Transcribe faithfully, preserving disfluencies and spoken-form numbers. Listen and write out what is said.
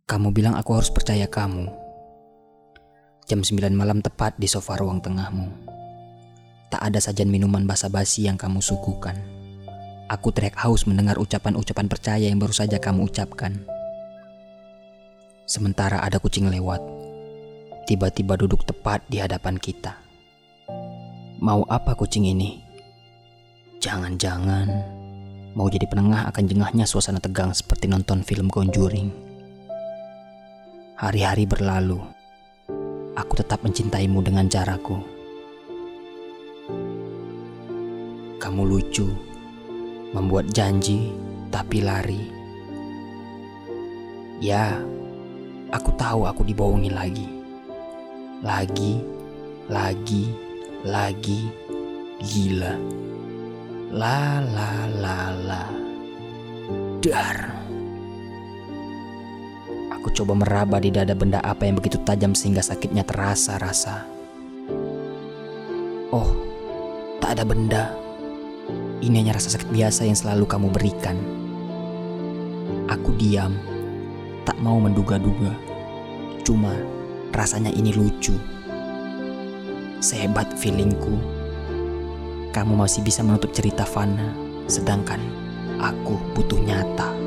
Kamu bilang aku harus percaya kamu. Jam sembilan malam tepat di sofa ruang tengahmu. Tak ada sajian minuman basa-basi yang kamu suguhkan. Aku teriak haus mendengar ucapan-ucapan percaya yang baru saja kamu ucapkan. Sementara ada kucing lewat, tiba-tiba duduk tepat di hadapan kita. Mau apa kucing ini? Jangan-jangan mau jadi penengah akan jengahnya suasana tegang seperti nonton film Conjuring. Hari-hari berlalu, aku tetap mencintaimu dengan caraku. Kamu lucu, membuat janji tapi lari. Ya, aku tahu aku dibohongin lagi. Lagi, lagi, lagi, gila. La la la la. Dar. Aku coba meraba di dada benda apa yang begitu tajam sehingga sakitnya terasa-rasa. Oh, tak ada benda. Ini hanya rasa sakit biasa yang selalu kamu berikan. Aku diam, tak mau menduga-duga. Cuma rasanya ini lucu. Sehebat feelingku, kamu masih bisa menutup cerita fana, sedangkan aku butuh nyata.